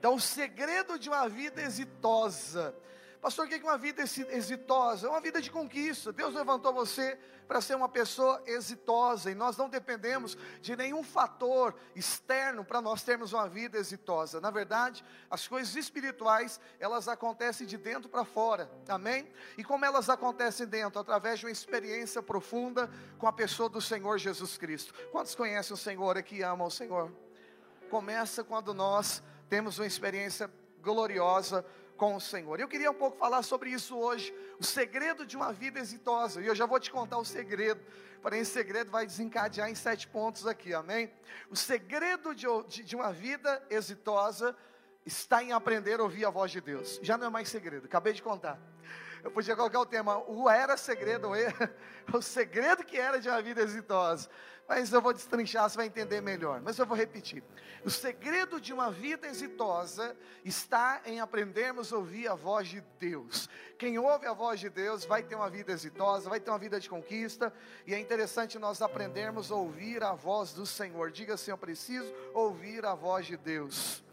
Então, o segredo de uma vida exitosa. Pastor, o que é uma vida exitosa? É uma vida de conquista. Deus levantou você para ser uma pessoa exitosa, e nós não dependemos de nenhum fator externo para nós termos uma vida exitosa. Na verdade, as coisas espirituais, elas acontecem de dentro para fora, amém? E como elas acontecem dentro? Através de uma experiência profunda com a pessoa do Senhor Jesus Cristo. Quantos conhecem o Senhor aqui e amam o Senhor? Começa quando nós temos uma experiência gloriosa com o Senhor. Eu queria um pouco falar sobre isso hoje, o segredo de uma vida exitosa, e eu já vou te contar o segredo, porém esse segredo vai desencadear em 7 pontos aqui, amém? O segredo de uma vida exitosa está em aprender a ouvir a voz de Deus. Já não é mais segredo, acabei de contar. Eu podia colocar o tema, o era segredo, o segredo que era de uma vida exitosa. Mas eu vou destrinchar, você vai entender melhor. Mas eu vou repetir. O segredo de uma vida exitosa está em aprendermos a ouvir a voz de Deus. Quem ouve a voz de Deus vai ter uma vida exitosa, vai ter uma vida de conquista. E é interessante nós aprendermos a ouvir a voz do Senhor. Diga assim, eu preciso ouvir a voz de Deus.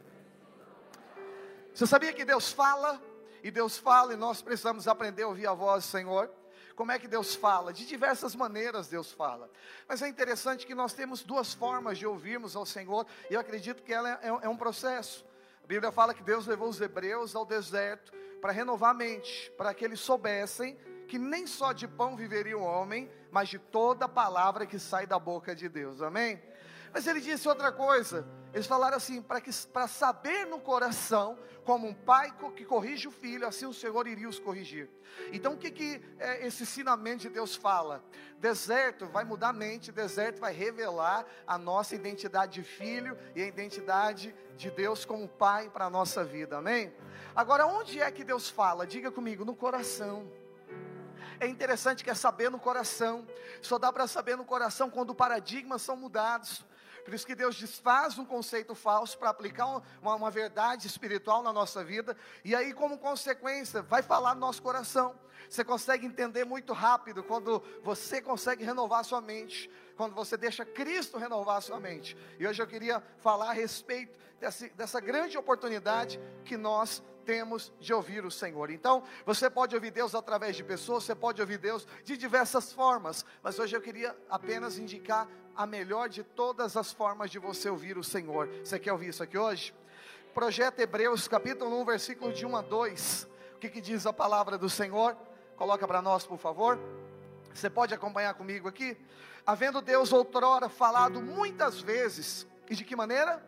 Você sabia que Deus fala? E Deus fala, e nós precisamos aprender a ouvir a voz do Senhor. Como é que Deus fala? De diversas maneiras Deus fala. Mas é interessante que nós temos 2 formas de ouvirmos ao Senhor, e eu acredito que ela é um processo. A Bíblia fala que Deus levou os hebreus ao deserto para renovar a mente, para que eles soubessem que nem só de pão viveria o homem, mas de toda palavra que sai da boca de Deus, amém? Mas ele disse outra coisa, eles falaram assim, para saber no coração, como um pai que corrige o filho, assim o Senhor iria os corrigir. Então o que esse ensinamento de Deus fala? Deserto vai mudar a mente, deserto vai revelar a nossa identidade de filho, e a identidade de Deus como pai para a nossa vida, amém? Agora onde é que Deus fala? Diga comigo, no coração. É interessante que é saber no coração, só dá para saber no coração quando paradigmas são mudados. Por isso que Deus desfaz um conceito falso para aplicar uma verdade espiritual na nossa vida. E aí, como consequência, vai falar no nosso coração. Você consegue entender muito rápido quando você consegue renovar a sua mente, quando você deixa Cristo renovar a sua mente. E hoje eu queria falar a respeito dessa grande oportunidade que nós temos de ouvir o Senhor. Então, você pode ouvir Deus através de pessoas, você pode ouvir Deus de diversas formas, mas hoje eu queria apenas indicar a melhor de todas as formas de você ouvir o Senhor. Você quer ouvir isso aqui hoje? Projeto Hebreus capítulo 1, versículo de 1 a 2. O que diz a palavra do Senhor? Coloca para nós, por favor. Você pode acompanhar comigo aqui? Havendo Deus outrora falado muitas vezes, e de que maneira?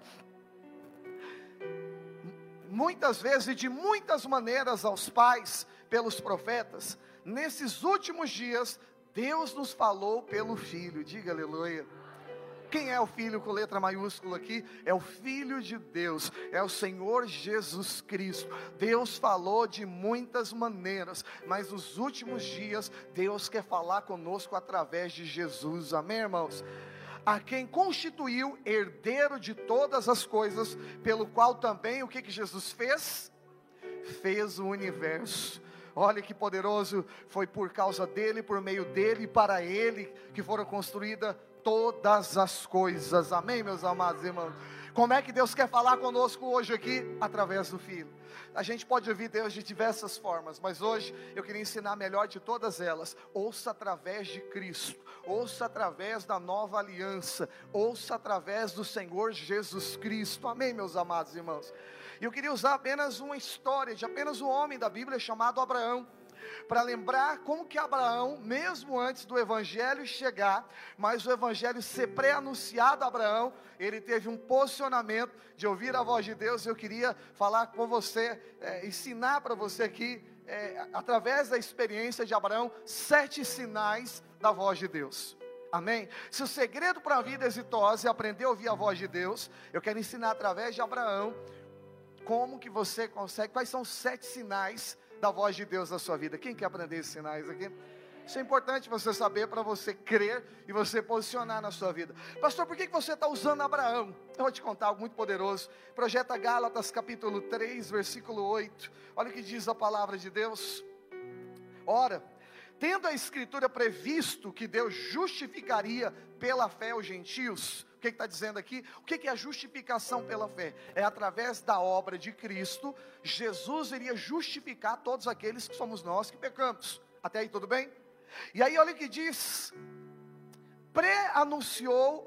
Muitas vezes e de muitas maneiras aos pais, pelos profetas. Nesses últimos dias, Deus nos falou pelo Filho. Diga aleluia. Quem é o Filho com letra maiúscula aqui? É o Filho de Deus, é o Senhor Jesus Cristo. Deus falou de muitas maneiras, mas nos últimos dias, Deus quer falar conosco através de Jesus, amém, irmãos? A quem constituiu herdeiro de todas as coisas, pelo qual também, o que Jesus fez? Fez o universo. Olha que poderoso, foi por causa dele, por meio dele e para ele que foram construídas todas as coisas, amém, meus amados irmãos? Como é que Deus quer falar conosco hoje aqui? Através do Filho. A gente pode ouvir Deus de diversas formas, mas hoje eu queria ensinar a melhor de todas elas. Ouça através de Cristo, ouça através da nova aliança, ouça através do Senhor Jesus Cristo, amém, meus amados irmãos? E eu queria usar apenas uma história de apenas um homem da Bíblia chamado Abraão, para lembrar como que Abraão, mesmo antes do Evangelho chegar, mas o Evangelho ser pré-anunciado a Abraão, ele teve um posicionamento de ouvir a voz de Deus. Eu queria falar com você, ensinar para você aqui, através da experiência de Abraão, 7 sinais da voz de Deus. Amém? Se o segredo para a vida exitosa é aprender a ouvir a voz de Deus, eu quero ensinar através de Abraão, como que você consegue, quais são os 7 sinais da voz de Deus na sua vida. Quem quer aprender esses sinais aqui? Isso é importante você saber para você crer e você posicionar na sua vida. Pastor, por que você está usando Abraão? Eu vou te contar algo muito poderoso. Projeta Gálatas capítulo 3, versículo 8. Olha o que diz a palavra de Deus. Ora, tendo a Escritura previsto que Deus justificaria pela fé os gentios, que está dizendo aqui? O que é a justificação pela fé? É através da obra de Cristo, Jesus iria justificar todos aqueles que somos nós que pecamos. Até aí tudo bem? E aí olha o que diz: pré-anunciou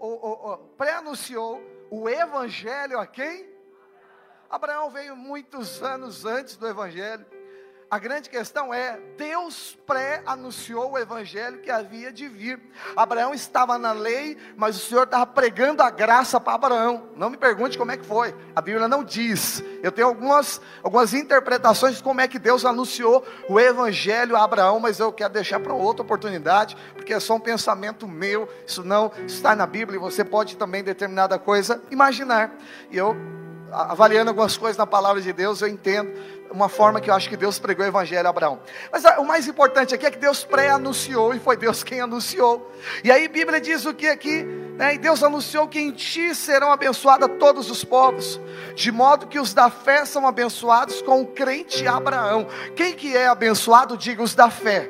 o evangelho a quem? Abraão veio muitos anos antes do evangelho. A grande questão é, Deus pré-anunciou o evangelho que havia de vir. Abraão estava na lei, mas o Senhor estava pregando a graça para Abraão. Não me pergunte como é que foi, a Bíblia não diz. Eu tenho algumas interpretações de como é que Deus anunciou o evangelho a Abraão, mas eu quero deixar para outra oportunidade, porque é só um pensamento meu, isso não está na Bíblia, e você pode também determinada coisa imaginar. E eu, avaliando algumas coisas na palavra de Deus, eu entendo uma forma que eu acho que Deus pregou o evangelho a Abraão. Mas o mais importante aqui é que Deus pré-anunciou, e foi Deus quem anunciou. E aí a Bíblia diz o que aqui? E Deus anunciou que em ti serão abençoados todos os povos, de modo que os da fé são abençoados com o crente Abraão. Quem que é abençoado? Diga, os da fé.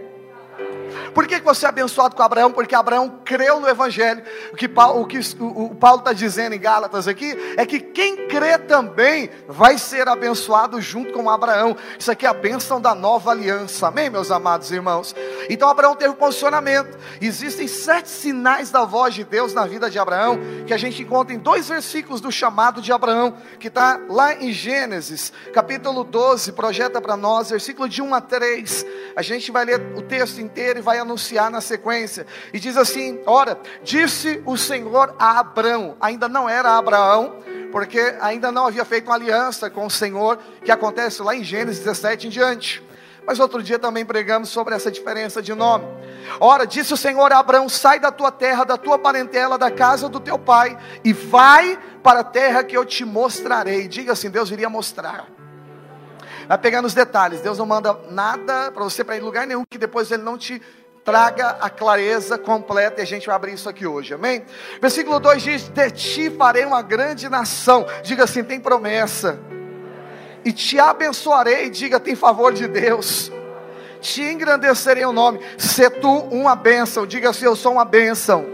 Por que você é abençoado com Abraão? Porque Abraão creu no evangelho. O que o Paulo está dizendo em Gálatas aqui, é que quem crê também vai ser abençoado junto com Abraão. Isso aqui é a bênção da nova aliança, amém, meus amados irmãos? Então Abraão teve posicionamento. Existem 7 sinais da voz de Deus na vida de Abraão, que a gente encontra em 2 versículos do chamado de Abraão, que está lá em Gênesis, capítulo 12, projeta para nós, versículo de 1 a 3, a gente vai ler o texto inteiro e vai anunciar na sequência, e diz assim: ora, disse o Senhor a Abrão, ainda não era Abraão, porque ainda não havia feito uma aliança com o Senhor, que acontece lá em Gênesis 17 em diante, mas outro dia também pregamos sobre essa diferença de nome. Ora, disse o Senhor a Abrão: sai da tua terra, da tua parentela, da casa do teu pai, e vai para a terra que eu te mostrarei. Diga assim: Deus iria mostrar. Vai pegar nos detalhes. Deus não manda nada para você para ir em lugar nenhum que depois Ele não te traga a clareza completa, e a gente vai abrir isso aqui hoje, amém? Versículo 2 diz: de ti farei uma grande nação. Diga assim: tem promessa. E te abençoarei. Diga: tem favor de Deus. Te engrandecerei o nome. Se tu uma bênção. Diga assim: eu sou uma bênção.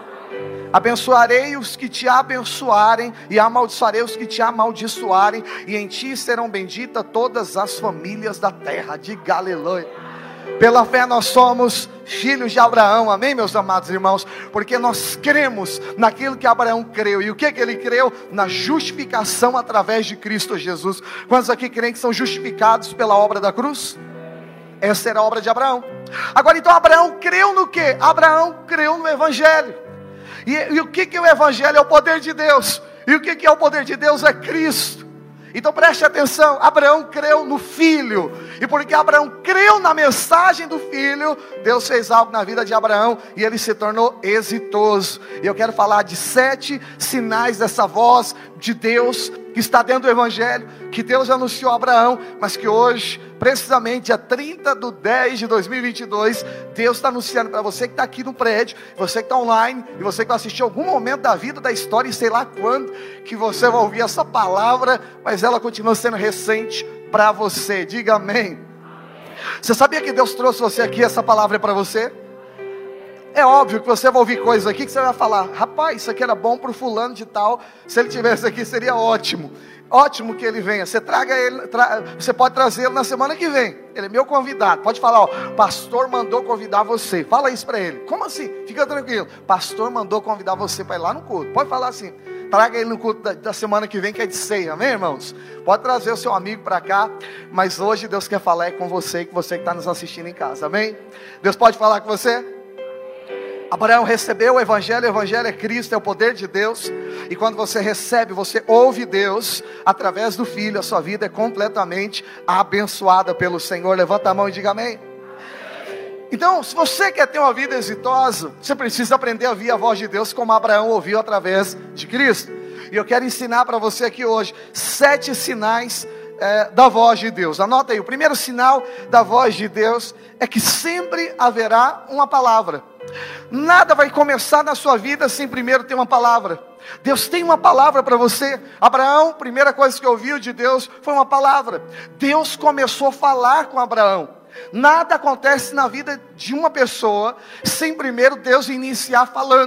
Abençoarei os que te abençoarem, e amaldiçoarei os que te amaldiçoarem, e em ti serão benditas todas as famílias da terra. Diga aleluia. Pela fé nós somos filhos de Abraão, amém, meus amados irmãos? Porque nós cremos naquilo que Abraão creu. E o que ele creu? Na justificação através de Cristo Jesus. Quantos aqui creem que são justificados pela obra da cruz? Essa era a obra de Abraão. Agora então, Abraão creu no quê? Abraão creu no evangelho. E o que é o evangelho? É o poder de Deus. E o que é o poder de Deus? É Cristo. Então preste atenção, Abraão creu no Filho, e porque Abraão creu na mensagem do Filho, Deus fez algo na vida de Abraão, e ele se tornou exitoso. E eu quero falar de 7 sinais dessa voz de Deus, que está dentro do Evangelho, que Deus anunciou a Abraão, mas que hoje, precisamente dia 30/10/2022, Deus está anunciando para você que está aqui no prédio, você que está online, e você que vai assistir algum momento da vida, da história, e sei lá quando, que você vai ouvir essa palavra, mas ela continua sendo recente para você. Diga amém. Você sabia que Deus trouxe você aqui, essa palavra é para você? É óbvio que você vai ouvir coisas aqui que você vai falar: rapaz, isso aqui era bom para o fulano de tal, se ele tivesse aqui seria ótimo. Ótimo que ele venha. Você traga ele, você pode trazê-lo na semana que vem. Ele é meu convidado. Pode falar: ó, pastor mandou convidar você. Fala isso para ele. Como assim? Fica tranquilo. Pastor mandou convidar você para ir lá no culto. Pode falar assim. Traga ele no culto da semana que vem, que é de ceia, amém, irmãos? Pode trazer o seu amigo para cá, mas hoje Deus quer falar com você, que está nos assistindo em casa, amém? Deus pode falar com você? Abraão recebeu o evangelho é Cristo, é o poder de Deus, e quando você recebe, você ouve Deus, através do Filho, a sua vida é completamente abençoada pelo Senhor. Levanta a mão e diga amém. Então, se você quer ter uma vida exitosa, você precisa aprender a ouvir a voz de Deus, como Abraão ouviu através de Cristo. E eu quero ensinar para você aqui hoje 7 sinais da voz de Deus. Anota aí: o primeiro sinal da voz de Deus é que sempre haverá uma palavra. Nada vai começar na sua vida sem primeiro ter uma palavra. Deus tem uma palavra para você. Abraão, primeira coisa que ouviu de Deus foi uma palavra. Deus começou a falar com Abraão. Nada acontece na vida de uma pessoa sem primeiro Deus iniciar falando.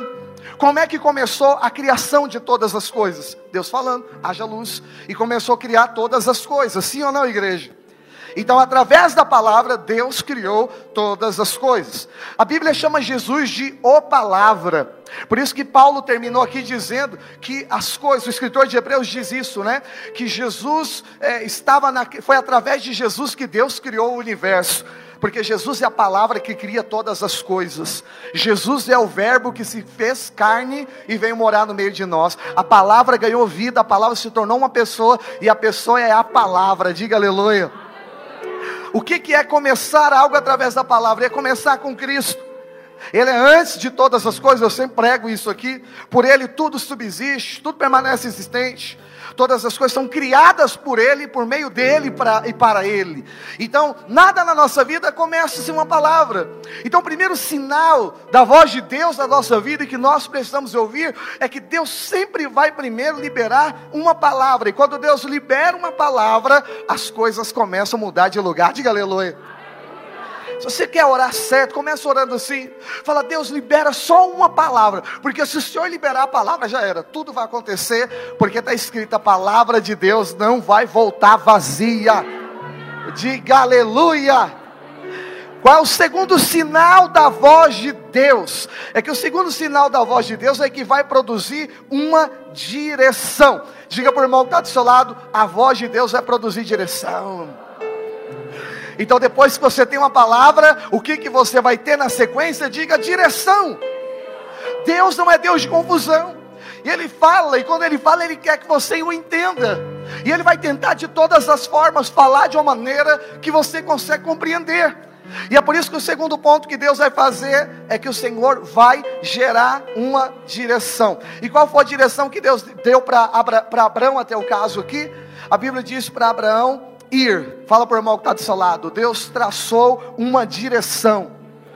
Como é que começou a criação de todas as coisas? Deus falando, haja luz, e começou a criar todas as coisas, sim ou não, igreja? Então, através da palavra, Deus criou todas as coisas. A Bíblia chama Jesus de o Palavra. Por isso que Paulo terminou aqui dizendo que as coisas, o escritor de Hebreus diz isso, né? Que Jesus foi através de Jesus que Deus criou o universo. Porque Jesus é a palavra que cria todas as coisas. Jesus é o verbo que se fez carne e veio morar no meio de nós. A palavra ganhou vida, a palavra se tornou uma pessoa, e a pessoa é a palavra. Diga aleluia. O que é começar algo através da palavra? É começar com Cristo. Ele é antes de todas as coisas, eu sempre prego isso aqui. Por Ele tudo subsiste, tudo permanece existente. Todas as coisas são criadas por Ele, por meio dEle e para Ele. Então, nada na nossa vida começa sem uma palavra. Então, o primeiro sinal da voz de Deus na nossa vida, e que nós precisamos ouvir, é que Deus sempre vai primeiro liberar uma palavra. E quando Deus libera uma palavra, as coisas começam a mudar de lugar. Diga aleluia. Se você quer orar certo, começa orando assim. Fala, Deus, libera só uma palavra. Porque se o Senhor liberar a palavra, já era. Tudo vai acontecer, porque está escrito, a palavra de Deus não vai voltar vazia. Diga aleluia. Qual é o segundo sinal da voz de Deus? É que o segundo sinal da voz de Deus é que vai produzir uma direção. Diga para o irmão que está do seu lado, a voz de Deus vai produzir direção. Então depois que você tem uma palavra, o que você vai ter na sequência? Diga direção. Deus não é Deus de confusão. E Ele fala, e quando Ele fala, Ele quer que você o entenda. E Ele vai tentar de todas as formas falar de uma maneira que você consegue compreender. E é por isso que o segundo ponto que Deus vai fazer é que o Senhor vai gerar uma direção. E qual foi a direção que Deus deu para Abraão, até o caso aqui? A Bíblia diz para Abraão ir. Fala para o irmão que está do seu lado. Deus traçou uma direção.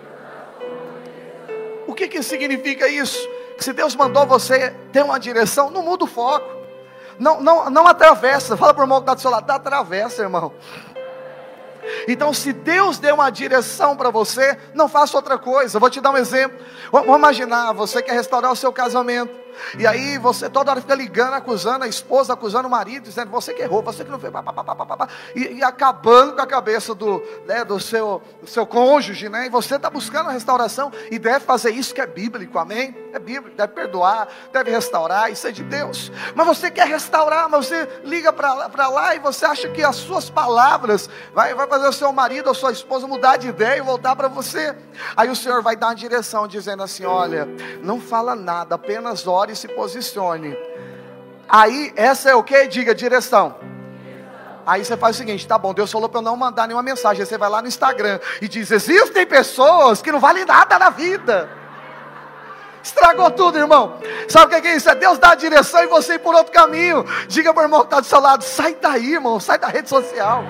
O que significa isso? Que se Deus mandou você ter uma direção, não muda o foco. Não atravessa. Fala para o irmão que está do seu lado. Atravessa, irmão. Então, se Deus deu uma direção para você, não faça outra coisa. Vou te dar um exemplo. Vamos imaginar, você quer restaurar o seu casamento. E aí você toda hora fica ligando, acusando a esposa, acusando o marido, dizendo, você que errou, você que não fez, e acabando com a cabeça do seu cônjuge, né? E você está buscando a restauração, e deve fazer isso que é bíblico, amém? É bíblico, deve perdoar, deve restaurar, isso é de Deus. Mas você quer restaurar, mas você liga para lá, e você acha que as suas palavras vai fazer o seu marido ou sua esposa mudar de ideia e voltar para você. Aí o Senhor vai dar uma direção, dizendo assim, olha, não fala nada, apenas ore e se posicione. Aí, essa é o que? Diga, direção. Aí você faz o seguinte, tá bom, Deus falou para eu não mandar nenhuma mensagem. Aí você vai lá no Instagram e diz, existem pessoas que não valem nada na vida. Estragou tudo, irmão. Sabe o que é isso? É Deus dar a direção e você ir por outro caminho. Diga para o irmão que está do seu lado, sai daí, irmão, sai da rede social.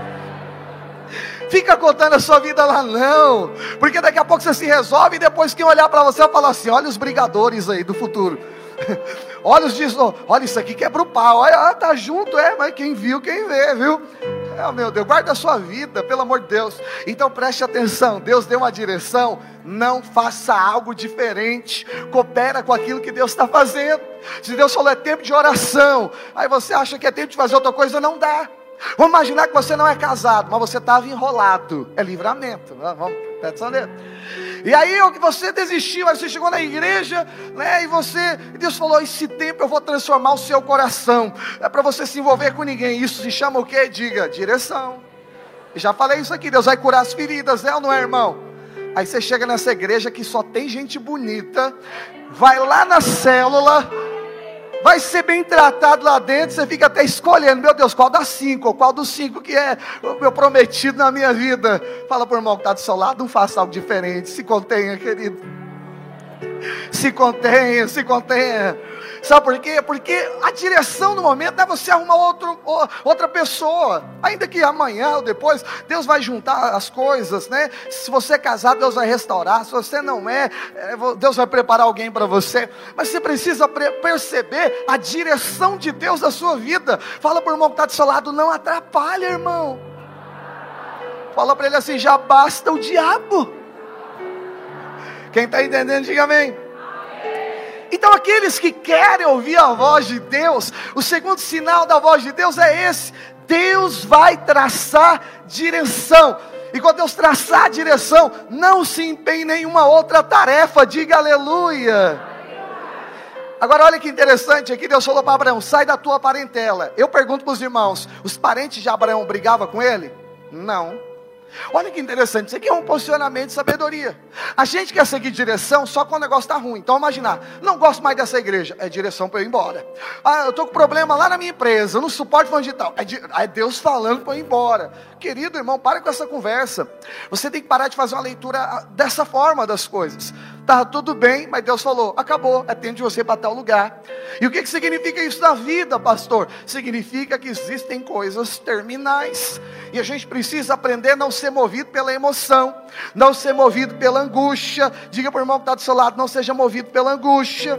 Fica contando a sua vida lá não. Porque daqui a pouco você se resolve, e depois quem olhar para você vai falar assim, olha os brigadores aí do futuro. Olha isso aqui quebra o pau. Olha, tá junto, mas quem viu, quem vê, viu? Meu Deus, guarda a sua vida, pelo amor de Deus. Então preste atenção, Deus deu uma direção, não faça algo diferente, coopera com aquilo que Deus está fazendo. Se Deus falou é tempo de oração, aí você acha que é tempo de fazer outra coisa, não dá. Vamos imaginar que você não é casado, mas você estava enrolado, é livramento, vamos, presta atenção. E aí você desistiu, aí você chegou na igreja, né, e Deus falou, esse tempo eu vou transformar o seu coração, é para você se envolver com ninguém, isso se chama o quê? Diga, direção. Eu já falei isso aqui, Deus vai curar as feridas, ou não é, irmão? Aí você chega nessa igreja que só tem gente bonita, vai lá na célula, vai ser bem tratado lá dentro, você fica até escolhendo, meu Deus, qual das 5, ou qual dos 5 que é o meu prometido na minha vida. Fala para o irmão que está do seu lado, não faça algo diferente, se contenha, querido. Se contenha. Sabe por quê? Porque a direção no momento é você arrumar outra pessoa. Ainda que amanhã ou depois, Deus vai juntar as coisas, né? Se você é casado, Deus vai restaurar. Se você não é, Deus vai preparar alguém para você. Mas você precisa perceber a direção de Deus na sua vida. Fala para o irmão que está do seu lado, não atrapalha, irmão. Fala para ele assim, já basta o diabo. Quem está entendendo, diga amém. Então aqueles que querem ouvir a voz de Deus, o segundo sinal da voz de Deus é esse: Deus vai traçar direção. E quando Deus traçar a direção, não se empenhe em nenhuma outra tarefa. Diga aleluia. Agora olha que interessante, aqui Deus falou para Abraão: sai da tua parentela. Eu pergunto para os irmãos, os parentes de Abraão brigavam com ele? Não. Olha que interessante, isso aqui é um posicionamento de sabedoria. A gente quer seguir direção só quando o negócio está ruim. Então imaginar, não gosto mais dessa igreja, é direção para eu ir embora. Eu estou com problema lá na minha empresa, eu não suporto fulano de tal, é Deus falando para eu ir embora. Querido irmão, para com essa conversa. Você tem que parar de fazer uma leitura dessa forma das coisas. Tá tudo bem, mas Deus falou, acabou, é tempo de você ir para tal lugar. E o que significa isso na vida, pastor? Significa que existem coisas terminais, e a gente precisa aprender a não ser movido pela emoção, não ser movido pela angústia. Diga para o irmão que está do seu lado: não seja movido pela angústia.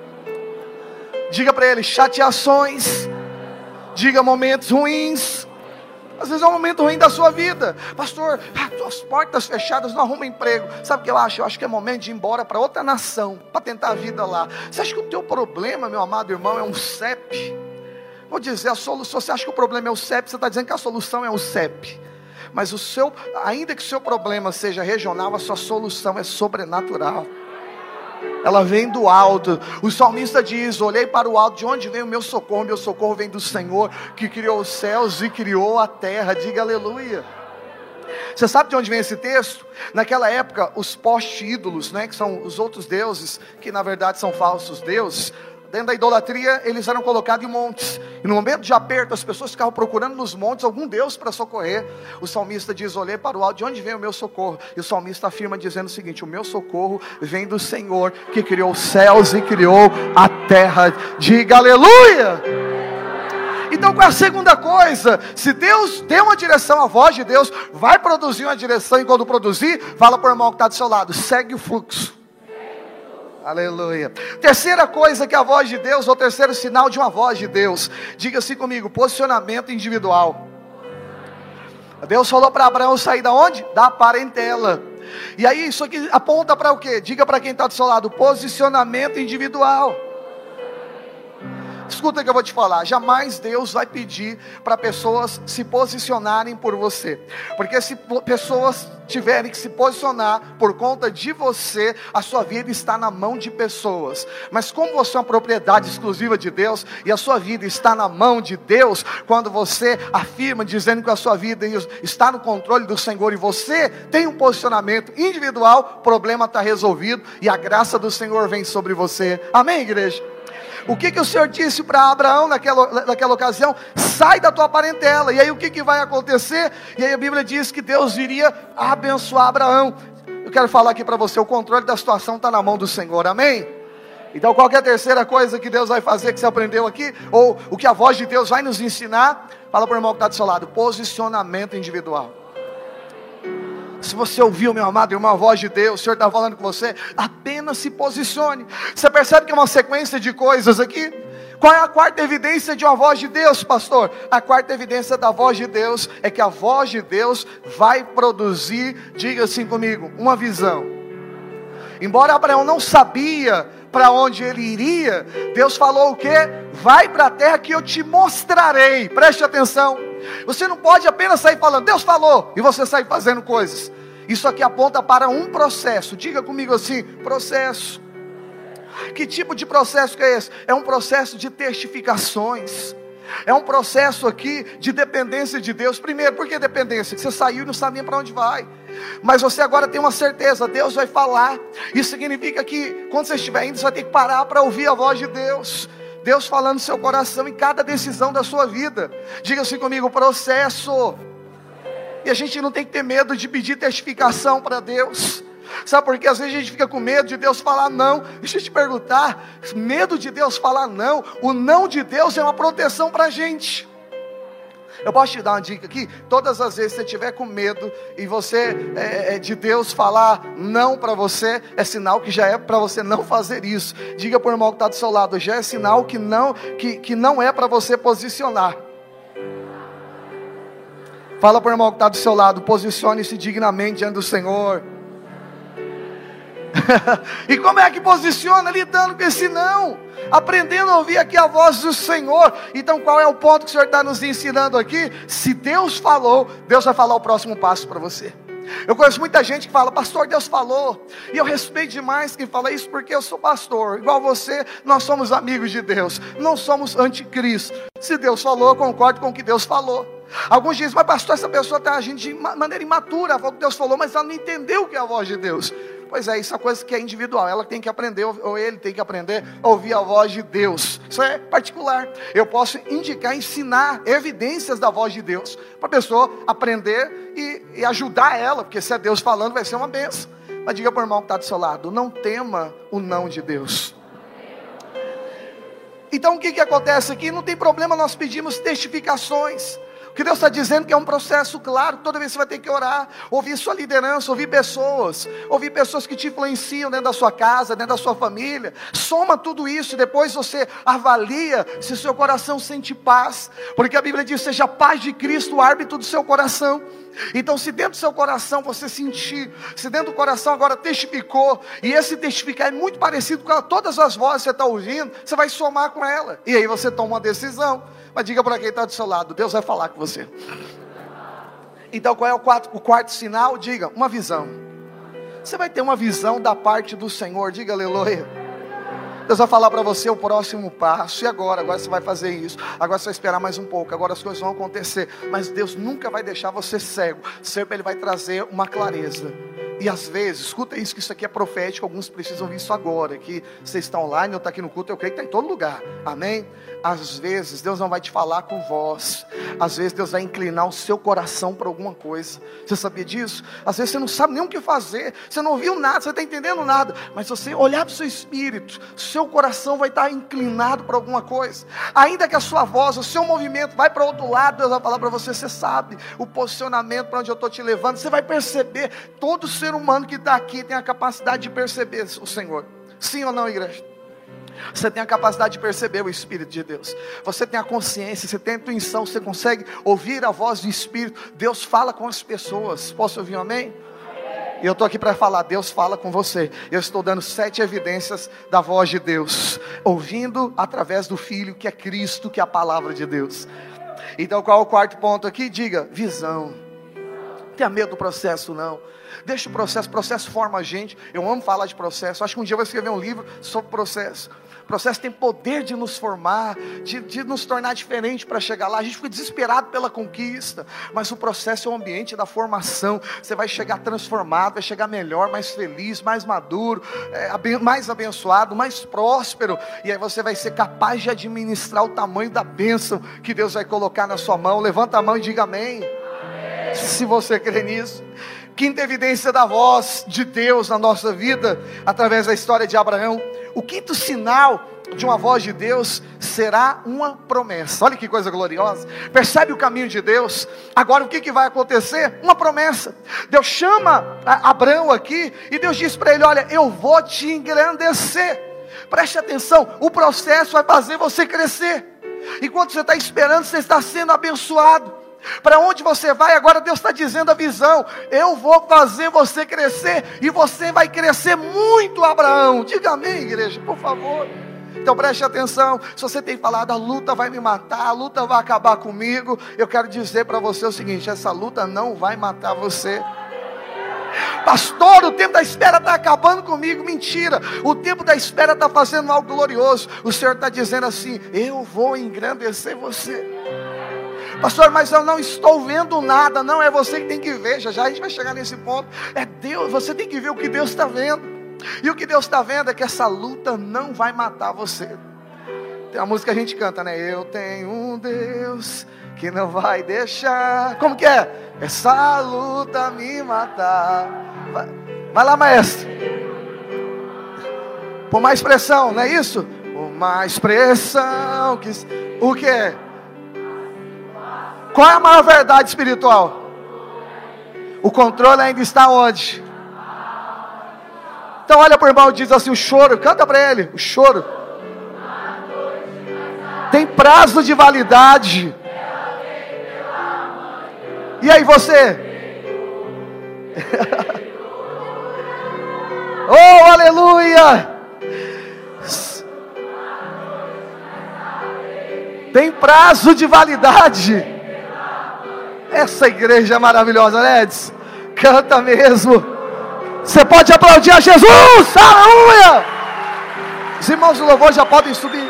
Diga para ele: chateações. Diga: momentos ruins. Às vezes é um momento ruim da sua vida. Pastor, as portas fechadas, não arruma emprego. Sabe o que eu acho? Eu acho que é momento de ir embora para outra nação, para tentar a vida lá. Você acha que o teu problema, meu amado irmão, é um CEP? Vou dizer, a solução, você acha que o problema é o CEP, você está dizendo que a solução é o CEP. Mas ainda que o seu problema seja regional, a sua solução é sobrenatural. Ela vem do alto. O salmista diz: olhei para o alto, de onde vem o meu socorro? Meu socorro vem do Senhor, que criou os céus e criou a terra. Diga aleluia. Você sabe de onde vem esse texto? Naquela época, os poste-ídolos, que são os outros deuses, que na verdade são falsos deuses, dentro da idolatria, eles eram colocados em montes. E no momento de aperto, as pessoas ficavam procurando nos montes algum Deus para socorrer. O salmista diz: olhei para o alto, de onde vem o meu socorro? E o salmista afirma dizendo o seguinte: o meu socorro vem do Senhor, que criou os céus e criou a terra. Diga aleluia. Então qual é a segunda coisa? Se Deus deu uma direção, a voz de Deus vai produzir uma direção. E quando produzir, fala para o irmão que está do seu lado: segue o fluxo. Aleluia. Terceira coisa que a voz de Deus, ou terceiro sinal de uma voz de Deus, diga assim comigo: posicionamento individual. Deus falou para Abraão sair da onde? Da parentela. E aí isso aqui aponta para o quê? Diga para quem está do seu lado: posicionamento individual. Escuta o que eu vou te falar: jamais Deus vai pedir para pessoas se posicionarem por você, porque se pessoas tiverem que se posicionar por conta de você, a sua vida está na mão de pessoas. Mas como você é uma propriedade exclusiva de Deus, e a sua vida está na mão de Deus, quando você afirma dizendo que a sua vida está no controle do Senhor, e você tem um posicionamento individual, o problema está resolvido, e a graça do Senhor vem sobre você. Amém, igreja? O que o Senhor disse para Abraão naquela ocasião? Sai da tua parentela. E aí o que vai acontecer? E aí a Bíblia diz que Deus iria abençoar Abraão. Eu quero falar aqui para você: o controle da situação está na mão do Senhor, amém? Então qual que é a terceira coisa que Deus vai fazer, que você aprendeu aqui? Ou o que a voz de Deus vai nos ensinar? Fala para o irmão que está do seu lado: posicionamento individual. Se você ouviu, meu amado irmão, a voz de Deus, o Senhor está falando com você, apenas se posicione. Você percebe que é uma sequência de coisas aqui? Qual é a quarta evidência de uma voz de Deus, pastor? A quarta evidência da voz de Deus é que a voz de Deus vai produzir, diga assim comigo, uma visão. Embora Abraão não sabia para onde ele iria, Deus falou o quê? Vai para a terra que eu te mostrarei. Preste atenção. Você não pode apenas sair falando, Deus falou, e você sair fazendo coisas. Isso aqui aponta para um processo. Diga comigo assim: processo. Que tipo de processo que é esse? É um processo de testificações. É um processo aqui de dependência de Deus. Primeiro, por que dependência? Que você saiu e não sabia para onde vai. Mas você agora tem uma certeza: Deus vai falar. Isso significa que quando você estiver indo, você vai ter que parar para ouvir a voz de Deus. Deus falando no seu coração em cada decisão da sua vida. Diga assim comigo: processo. E a gente não tem que ter medo de pedir testificação para Deus. Sabe por quê? Às vezes a gente fica com medo de Deus falar não. Deixa eu te perguntar: medo de Deus falar não? O não de Deus é uma proteção para a gente. Eu posso te dar uma dica aqui? Todas as vezes que você estiver com medo e você de Deus falar não para você, é sinal que já é para você não fazer isso. Diga para o irmão que está do seu lado: já é sinal que não é para você posicionar. Fala para o irmão que está do seu lado: posicione-se dignamente diante do Senhor. E como é que posiciona? Lidando com esse não, aprendendo a ouvir aqui a voz do Senhor. Então qual é o ponto que o Senhor está nos ensinando aqui? Se Deus falou, Deus vai falar o próximo passo para você. Eu conheço muita gente que fala: pastor, Deus falou. E eu respeito demais quem fala isso, porque eu sou pastor. Igual você, nós somos amigos de Deus, não somos anticristo. Se Deus falou, eu concordo com o que Deus falou. Alguns dizem: mas pastor, essa pessoa está agindo de maneira imatura, o que Deus falou, mas ela não entendeu o que é a voz de Deus. Pois é, isso é coisa que é individual. Ela tem que aprender, ou ele tem que aprender a ouvir a voz de Deus. Isso é particular. Eu posso indicar, ensinar evidências da voz de Deus, para a pessoa aprender e ajudar ela, porque se é Deus falando, vai ser uma bênção. Mas diga para o irmão que está do seu lado: não tema o não de Deus. Então o que acontece aqui? Não tem problema nós pedimos testificações. O que Deus está dizendo que é um processo claro. Toda vez você vai ter que orar, ouvir sua liderança, ouvir pessoas que te influenciam dentro da sua casa, dentro da sua família. Soma tudo isso e depois você avalia se o seu coração sente paz, porque a Bíblia diz: seja a paz de Cristo o árbitro do seu coração. Então se dentro do seu coração você sentir, se dentro do coração agora testificou, e esse testificar é muito parecido com todas as vozes que você está ouvindo, você vai somar com ela, e aí você toma uma decisão. Mas diga para quem está do seu lado: Deus vai falar com você. Então qual é o quarto sinal? Diga: uma visão. Você vai ter uma visão da parte do Senhor. Diga aleluia. Deus vai falar para você o próximo passo. E agora você vai fazer isso. Agora você vai esperar mais um pouco. Agora as coisas vão acontecer. Mas Deus nunca vai deixar você cego. Sempre Ele vai trazer uma clareza. E às vezes, escuta isso, que isso aqui é profético. Alguns precisam ouvir isso agora. Que você está online ou está aqui no culto, eu creio que está em todo lugar. Amém? Às vezes Deus não vai te falar com voz. Às vezes Deus vai inclinar o seu coração para alguma coisa. Você sabia disso? Às vezes você não sabe nem o que fazer. Você não ouviu nada, você não está entendendo nada. Mas se você olhar para o seu espírito, seu coração vai estar inclinado para alguma coisa. Ainda que a sua voz, o seu movimento vai para outro lado, Deus vai falar para você: você sabe o posicionamento para onde eu estou te levando. Você vai perceber. Todo ser humano que está aqui tem a capacidade de perceber o Senhor. Sim ou não, igreja? Você tem a capacidade de perceber o Espírito de Deus. Você tem a consciência, você tem a intuição, você consegue ouvir a voz do Espírito. Deus fala com as pessoas. Posso ouvir um amém? E eu estou aqui para falar: Deus fala com você. Eu estou dando 7 evidências da voz de Deus, ouvindo através do Filho, que é Cristo, que é a palavra de Deus. Então qual é o quarto ponto aqui? Diga: visão. Não tenha medo do processo, não. Deixa o processo forma a gente. Eu amo falar de processo. Acho que um dia eu vou escrever um livro sobre processo. O processo tem poder de nos formar, de nos tornar diferente para chegar lá. A gente fica desesperado pela conquista, mas o processo é o ambiente da formação. Você vai chegar transformado, vai chegar melhor, mais feliz, mais maduro, mais abençoado, mais próspero. E aí você vai ser capaz de administrar o tamanho da bênção que Deus vai colocar na sua mão. Levanta a mão e diga amém. Se você crê nisso. Quinta evidência da voz de Deus na nossa vida, através da história de Abraão. O quinto sinal de uma voz de Deus será uma promessa. Olha que coisa gloriosa. Percebe o caminho de Deus? Agora o que vai acontecer? Uma promessa. Deus chama Abraão aqui e Deus diz para ele: olha, eu vou te engrandecer. Preste atenção, o processo vai fazer você crescer. Enquanto você está esperando, você está sendo abençoado. Para onde você vai, agora Deus está dizendo a visão: eu vou fazer você crescer, e você vai crescer muito, Abraão. Diga amém, igreja, por favor. Então preste atenção. Se você tem falado: a luta vai me matar, a luta vai acabar comigo, eu quero dizer para você o seguinte: essa luta não vai matar você. Pastor, o tempo da espera está acabando comigo. Mentira, o tempo da espera está fazendo algo glorioso. O Senhor está dizendo assim: eu vou engrandecer você. Pastor, mas eu não estou vendo nada. Não, é você que tem que ver. Já a gente vai chegar nesse ponto. É Deus, você tem que ver o que Deus está vendo. E o que Deus está vendo é que essa luta não vai matar você. Tem uma música que a gente canta, né? Eu tenho um Deus que não vai deixar. Como que é? Essa luta me matar. Vai lá, maestro. Por mais pressão, não é isso? Por mais pressão que... O que é? Qual é a maior verdade espiritual? O controle ainda está onde? Então olha para o irmão e diz assim: o choro, canta para ele, o choro tem prazo de validade. E aí você? Oh, aleluia! Tem prazo de validade. Essa igreja é maravilhosa, né, Edson? Canta mesmo. Você pode aplaudir a Jesus. Aleluia! Os irmãos do louvor já podem subir.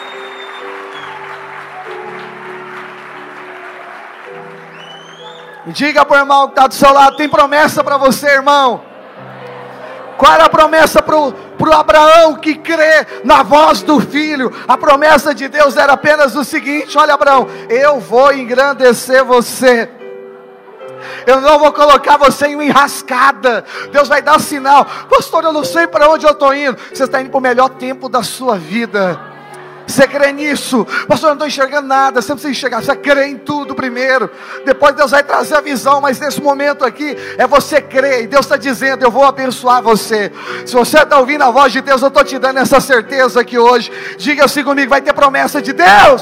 Diga para o irmão que está do seu lado: tem promessa para você, irmão. Qual era a promessa para o Abraão que crê na voz do filho? A promessa de Deus era apenas o seguinte: olha, Abraão, eu vou engrandecer você. Eu não vou colocar você em uma enrascada. Deus vai dar sinal. Pastor, eu não sei para onde eu estou indo. Você está indo para o melhor tempo da sua vida. Você crê nisso? Pastor, eu não estou enxergando nada. Você não precisa enxergar, você crê em tudo primeiro. Depois Deus vai trazer a visão. Mas nesse momento aqui, é você crer. E Deus está dizendo: eu vou abençoar você. Se você está ouvindo a voz de Deus, eu estou te dando essa certeza aqui hoje. Diga assim comigo: vai ter promessa de Deus.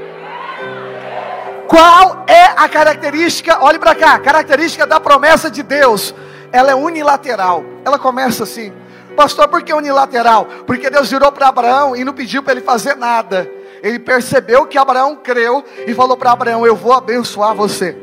Qual é a característica? Olhe para cá. A característica da promessa de Deus: ela é unilateral. Ela começa assim. Pastor, por que unilateral? Porque Deus virou para Abraão e não pediu para ele fazer nada. Ele percebeu que Abraão creu e falou para Abraão: eu vou abençoar você.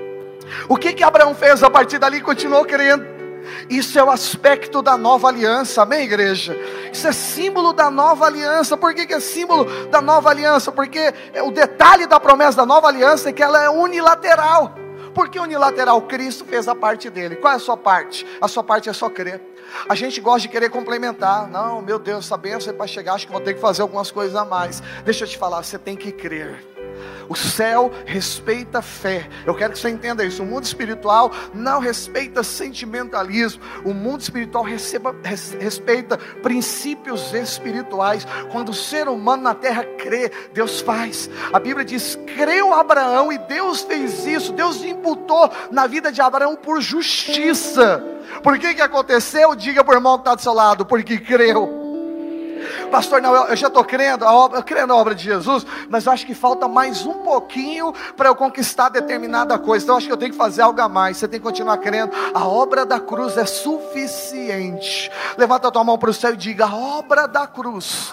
O que Abraão fez a partir dali? Continuou crendo. Isso é o aspecto da nova aliança, amém, igreja? Isso é símbolo da nova aliança. Por que é símbolo da nova aliança? Porque o detalhe da promessa da nova aliança é que ela é unilateral. Por que unilateral? Cristo fez a parte dele. Qual é a sua parte? A sua parte é só crer. A gente gosta de querer complementar. Não, meu Deus, essa bênção é para chegar, acho que vou ter que fazer algumas coisas a mais. Deixa eu te falar, você tem que crer. O céu respeita a fé. Eu quero que você entenda isso. O mundo espiritual não respeita sentimentalismo. O mundo espiritual respeita princípios espirituais. Quando o ser humano na terra crê, Deus faz. A Bíblia diz: creu Abraão, e Deus fez isso. Deus imputou na vida de Abraão por justiça. Por que aconteceu? Diga para o irmão que está do seu lado: porque creu. Pastor, não, eu já estou crendo, eu creio na obra de Jesus, mas eu acho que falta mais um pouquinho para eu conquistar determinada coisa. Então eu acho que eu tenho que fazer algo a mais. Você tem que continuar crendo. A obra da cruz é suficiente. Levanta a tua mão para o céu e diga: a obra da cruz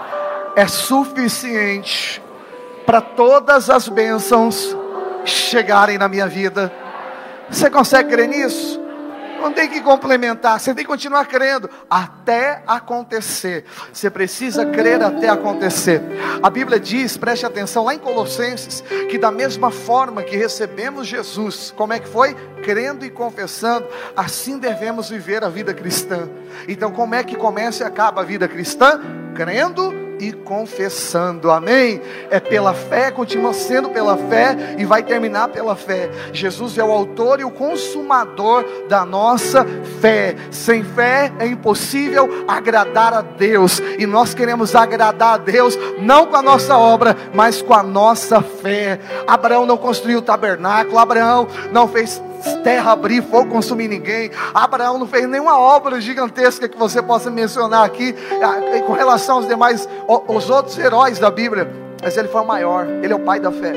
é suficiente para todas as bênçãos chegarem na minha vida. Você consegue crer nisso? Não tem que complementar, você tem que continuar crendo até acontecer. Você precisa crer até acontecer. A Bíblia diz, preste atenção, lá em Colossenses, que da mesma forma que recebemos Jesus, como é que foi? Crendo e confessando, assim devemos viver a vida cristã. Então como é que começa e acaba a vida cristã? Crendo e confessando, amém? É pela fé, continua sendo pela fé e vai terminar pela fé. Jesus é o autor e o consumador da nossa fé. Sem fé é impossível agradar a Deus, e nós queremos agradar a Deus não com a nossa obra, mas com a nossa fé. Abraão não construiu o tabernáculo, Abraão não fez terra abrir, fogo consumir ninguém. Abraão não fez nenhuma obra gigantesca que você possa mencionar aqui com relação aos demais, os outros heróis da Bíblia, mas ele foi o maior, ele é o pai da fé.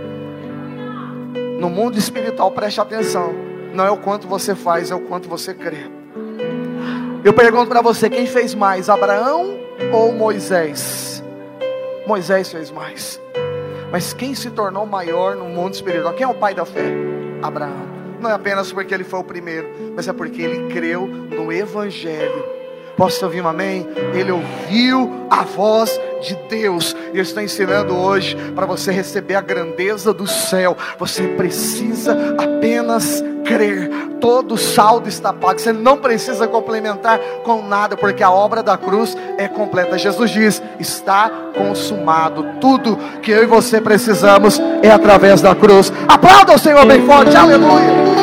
No mundo espiritual, preste atenção, não é o quanto você faz, é o quanto você crê. Eu pergunto para você, quem fez mais, Abraão ou Moisés? Moisés fez mais. Mas quem se tornou maior no mundo espiritual? Quem é o pai da fé? Abraão. Não é apenas porque ele foi o primeiro, mas é porque ele creu no Evangelho. Posso ouvir um amém? Ele ouviu a voz de Deus. E eu estou ensinando hoje para você receber a grandeza do céu. Você precisa apenas crer. Todo saldo está pago. Você não precisa complementar com nada, porque a obra da cruz é completa. Jesus diz: está consumado. Tudo que eu e você precisamos é através da cruz. Aplauda o Senhor bem forte, aleluia.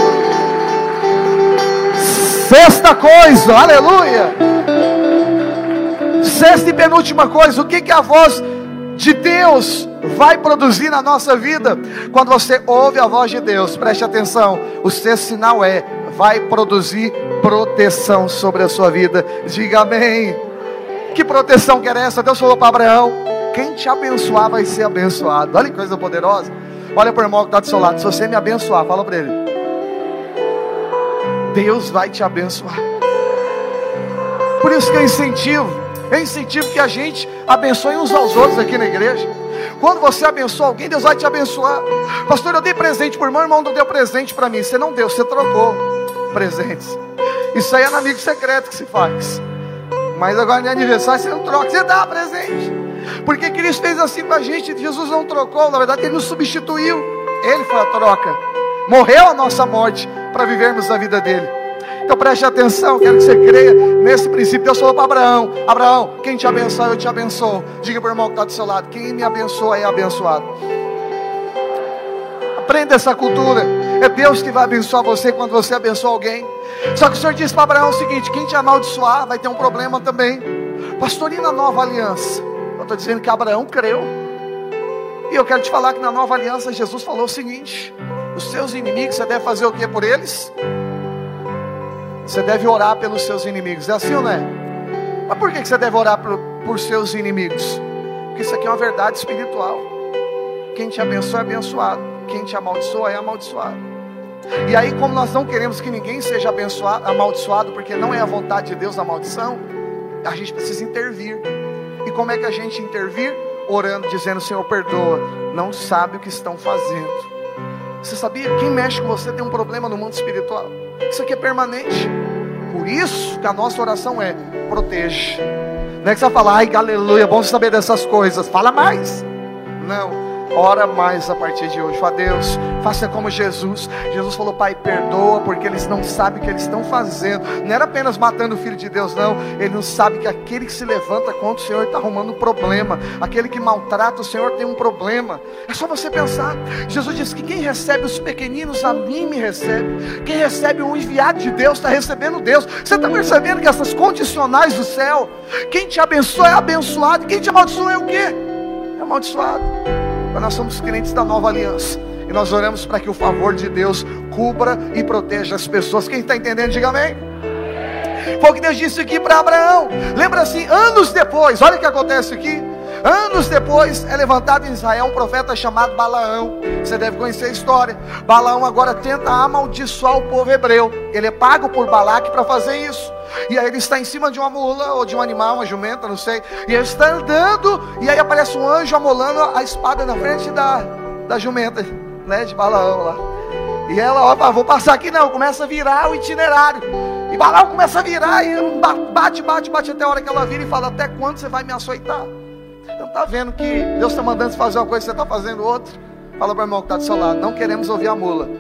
Sexta coisa, aleluia. Sexta e penúltima coisa, o que a voz de Deus vai produzir na nossa vida? Quando você ouve a voz de Deus, preste atenção, o sexto sinal vai produzir proteção sobre a sua vida. Diga amém. Que proteção que era essa? Deus falou para Abraão: quem te abençoar vai ser abençoado. Olha que coisa poderosa. Olha para o irmão que está do seu lado: se você me abençoar, fala para ele, Deus vai te abençoar. Por isso que eu incentivo que a gente abençoe uns aos outros aqui na igreja. Quando você abençoa alguém, Deus vai te abençoar. Pastor, eu dei presente para o irmão, irmão não deu presente para mim. Você não deu, você trocou presentes. Isso aí é no amigo secreto que se faz. Mas agora no aniversário você não troca, você dá presente. Porque Cristo fez assim com a gente. Jesus não trocou, na verdade Ele nos substituiu. Ele foi a troca. Morreu a nossa morte para vivermos a vida dele. Então preste atenção, quero que você creia nesse princípio. Deus falou para Abraão: Abraão, quem te abençoa, eu te abençoo. Diga para o irmão que está do seu lado: quem me abençoa é abençoado. Aprenda essa cultura. É Deus que vai abençoar você quando você abençoa alguém. Só que o Senhor disse para Abraão o seguinte: quem te amaldiçoar vai ter um problema também. Pastor, e na nova aliança? Eu estou dizendo que Abraão creu. E eu quero te falar que na nova aliança Jesus falou o seguinte: os seus inimigos, você deve fazer o que por eles? Você deve orar pelos seus inimigos. É assim ou não é? Mas por que você deve orar por seus inimigos? Porque isso aqui é uma verdade espiritual. Quem te abençoa é abençoado, quem te amaldiçoa é amaldiçoado. E aí, como nós não queremos que ninguém seja amaldiçoado, porque não é a vontade de Deus a maldição, a gente precisa intervir. E como é que a gente intervir? Orando, dizendo: Senhor, perdoa, não sabe o que estão fazendo. Você sabia? Quem mexe com você tem um problema no mundo espiritual. Isso aqui é permanente. Por isso que a nossa oração é: proteja. Não é que você vai falar: ai, aleluia, bom saber dessas coisas. Fala mais. Não. Ora mais a partir de hoje. Fala: Deus, faça como Jesus. Jesus falou: Pai, perdoa, porque eles não sabem o que eles estão fazendo. Não era apenas matando o Filho de Deus, não. Ele não sabe que aquele que se levanta contra o Senhor está arrumando um problema. Aquele que maltrata o Senhor tem um problema. É só você pensar. Jesus disse que quem recebe os pequeninos, a mim me recebe. Quem recebe o enviado de Deus está recebendo Deus. Você está percebendo que essas condicionais do céu, quem te abençoa é abençoado, quem te amaldiçoa é o quê? É amaldiçoado. Nós somos crentes da nova aliança, e nós oramos para que o favor de Deus cubra e proteja as pessoas. Quem está entendendo, diga amém. Foi o que Deus disse aqui para Abraão. Lembra assim, anos depois, olha o que acontece aqui. Anos depois é levantado em Israel um profeta chamado Balaão. Você deve conhecer a história. Balaão agora tenta amaldiçoar o povo hebreu. Ele é pago por Balaque para fazer isso. E aí ele está em cima de uma mula, ou de um animal, uma jumenta, não sei. E ele está andando, e aí aparece um anjo amolando a espada na frente da jumenta, né, de Balaão lá. E ela, ó, vou passar aqui não, começa a virar o itinerário. E Balaão começa a virar, e bate até a hora que ela vira e fala: até quando você vai me açoitar? Então está vendo que Deus está mandando você fazer uma coisa e você está fazendo outra? Fala para o irmão que está do seu lado: não queremos ouvir a mula,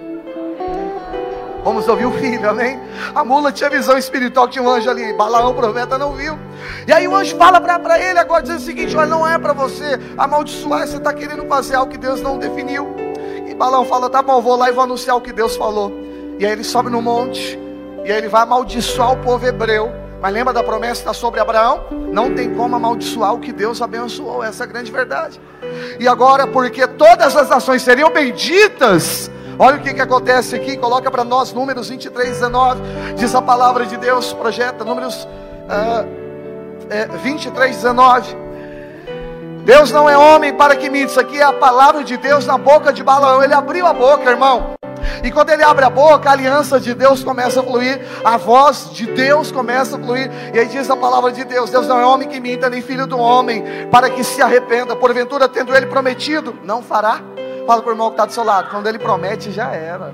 vamos ouvir o filho, amém? A mula tinha visão espiritual, tinha um anjo ali. Balaão, o profeta, não viu. E aí o anjo fala para ele agora, dizendo o seguinte: olha, não é para você amaldiçoar, você está querendo fazer algo que Deus não definiu. E Balaão fala: tá bom, vou lá e vou anunciar o que Deus falou. E aí ele sobe no monte, e aí ele vai amaldiçoar o povo hebreu. Mas lembra da promessa que está sobre Abraão? Não tem como amaldiçoar o que Deus abençoou. Essa é a grande verdade. E agora, porque todas as nações seriam benditas, olha o que acontece aqui. Coloca para nós Números 23:19. Diz a palavra de Deus. Projeta Números 23:19. Deus não é homem para que minta. Isso aqui é a palavra de Deus na boca de Balaão. Ele abriu a boca, irmão. E quando ele abre a boca, a aliança de Deus começa a fluir, a voz de Deus começa a fluir. E aí diz a palavra de Deus: Deus não é homem que minta, nem filho do homem para que se arrependa. Porventura, tendo ele prometido, não fará? Fala para o irmão que está do seu lado: quando ele promete, já era.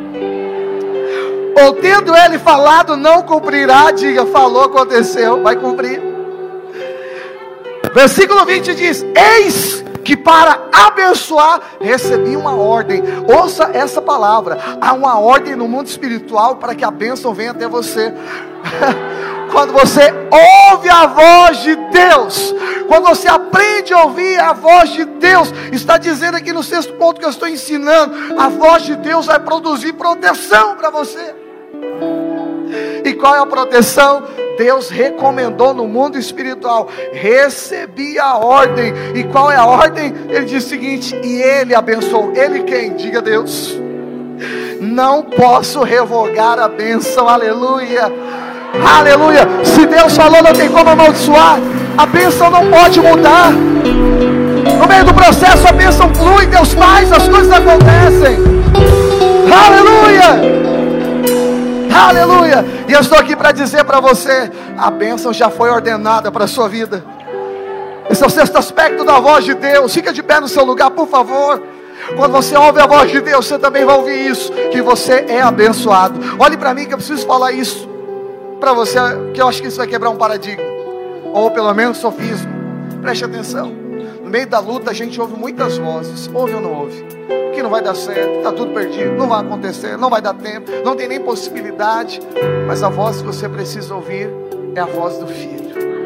Ou tendo ele falado, não cumprirá? Diga: falou, aconteceu, vai cumprir. Versículo 20 diz: eis que para abençoar recebi uma ordem. Ouça essa palavra: há uma ordem no mundo espiritual para que a bênção venha até você. Quando você ouve a voz de Deus, quando você aprende a ouvir a voz de Deus, está dizendo aqui no 6º ponto que eu estou ensinando, a voz de Deus vai produzir proteção para você. E qual é a proteção? Deus recomendou no mundo espiritual: recebi a ordem. E qual é a ordem? Ele diz o seguinte: e ele abençoou. Ele quem? Diga Deus. Não posso revogar a bênção. Aleluia, aleluia. Se Deus falou, não tem como amaldiçoar. A bênção não pode mudar. No meio do processo a bênção flui, Deus faz, as coisas acontecem. Aleluia, Aleluia. E eu estou aqui para dizer para você: a bênção já foi ordenada para a sua vida. Esse é o sexto aspecto da voz de Deus. Fica de pé no seu lugar, por favor. Quando você ouve a voz de Deus, você também vai ouvir isso, que você é abençoado. Olhe para mim que eu preciso falar isso para você, que eu acho que isso vai quebrar um paradigma, ou pelo menos sofisma. Preste atenção. No meio da luta a gente ouve muitas vozes. Ouve ou não ouve? Que não vai dar certo, está tudo perdido, não vai acontecer, não vai dar tempo, não tem nem possibilidade. Mas a voz que você precisa ouvir é a voz do Filho.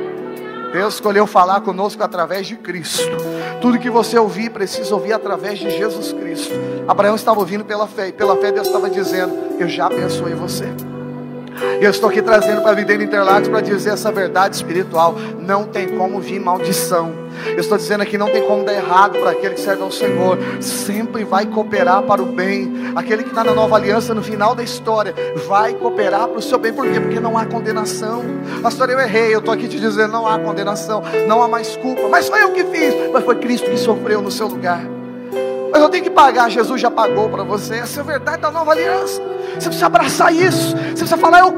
Deus escolheu falar conosco através de Cristo. Tudo que você ouvir, precisa ouvir através de Jesus Cristo. Abraão estava ouvindo pela fé, e pela fé Deus estava dizendo: eu já abençoei você. E eu estou aqui trazendo para a Videira Interlagos para dizer essa verdade espiritual. Não tem como vir maldição. Eu estou dizendo aqui, não tem como dar errado para aquele que serve ao Senhor. Sempre vai cooperar para o bem. Aquele que está na nova aliança, no final da história, vai cooperar para o seu bem. Por quê? Porque não há condenação. Pastor, eu errei. Eu estou aqui te dizendo, não há condenação, não há mais culpa. Mas foi eu que fiz. Mas foi Cristo que sofreu no seu lugar. Mas eu tenho que pagar, Jesus já pagou para você. Essa é a verdade da nova aliança. Você precisa abraçar isso. Você precisa falar, eu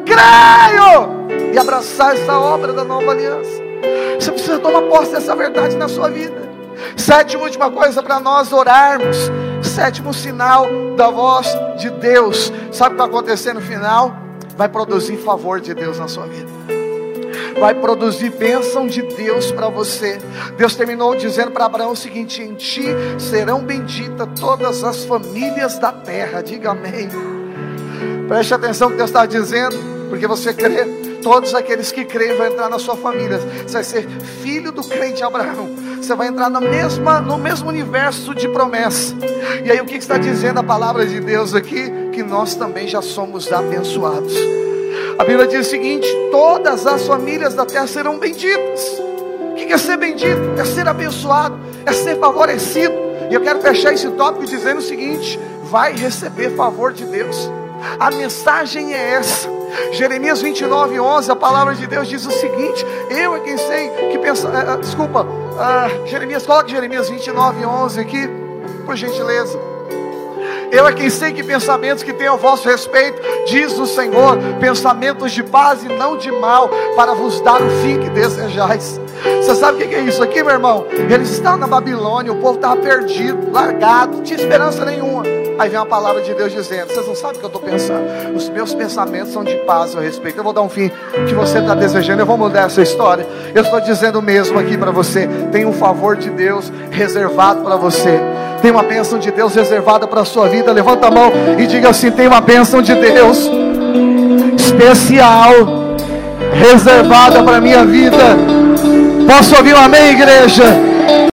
creio, e abraçar essa obra da nova aliança. Você precisa tomar posse dessa verdade na sua vida. Sétima e última coisa para nós orarmos. Sétimo sinal da voz de Deus. Sabe o que vai acontecer no final? Vai produzir favor de Deus na sua vida. Vai produzir bênção de Deus para você. Deus terminou dizendo para Abraão o seguinte: em ti serão benditas todas as famílias da terra. Diga amém. Preste atenção no que Deus está dizendo, porque você crê. Todos aqueles que creem vão entrar na sua família. Você vai ser filho do crente Abraão. Você vai entrar no mesmo universo de promessa. E aí o que está dizendo a palavra de Deus aqui? Que nós também já somos abençoados. A Bíblia diz o seguinte: todas as famílias da terra serão benditas. O que é ser bendito? É ser abençoado, é ser favorecido. E eu quero fechar esse tópico dizendo o seguinte: vai receber favor de Deus. A mensagem é essa. Jeremias 29:11, a palavra de Deus diz o seguinte: eu é quem sei que pensa... Jeremias, coloque Jeremias 29:11 aqui, por gentileza. Eu é quem sei que pensamentos que tenho a vosso respeito, diz o Senhor, pensamentos de paz e não de mal, para vos dar o fim que desejais. Você sabe o que é isso aqui, meu irmão? Eles estavam na Babilônia, o povo estava perdido, largado, não tinha esperança nenhuma. Aí vem a palavra de Deus dizendo: vocês não sabem o que eu estou pensando. Os meus pensamentos são de paz a respeito. Eu vou dar um fim que você está desejando. Eu vou mudar essa história. Eu estou dizendo mesmo aqui para você: tem um favor de Deus reservado para você. Tem uma bênção de Deus reservada para a sua vida. Levanta a mão e diga assim: tem uma bênção de Deus especial reservada para a minha vida. Posso ouvir um amém, igreja?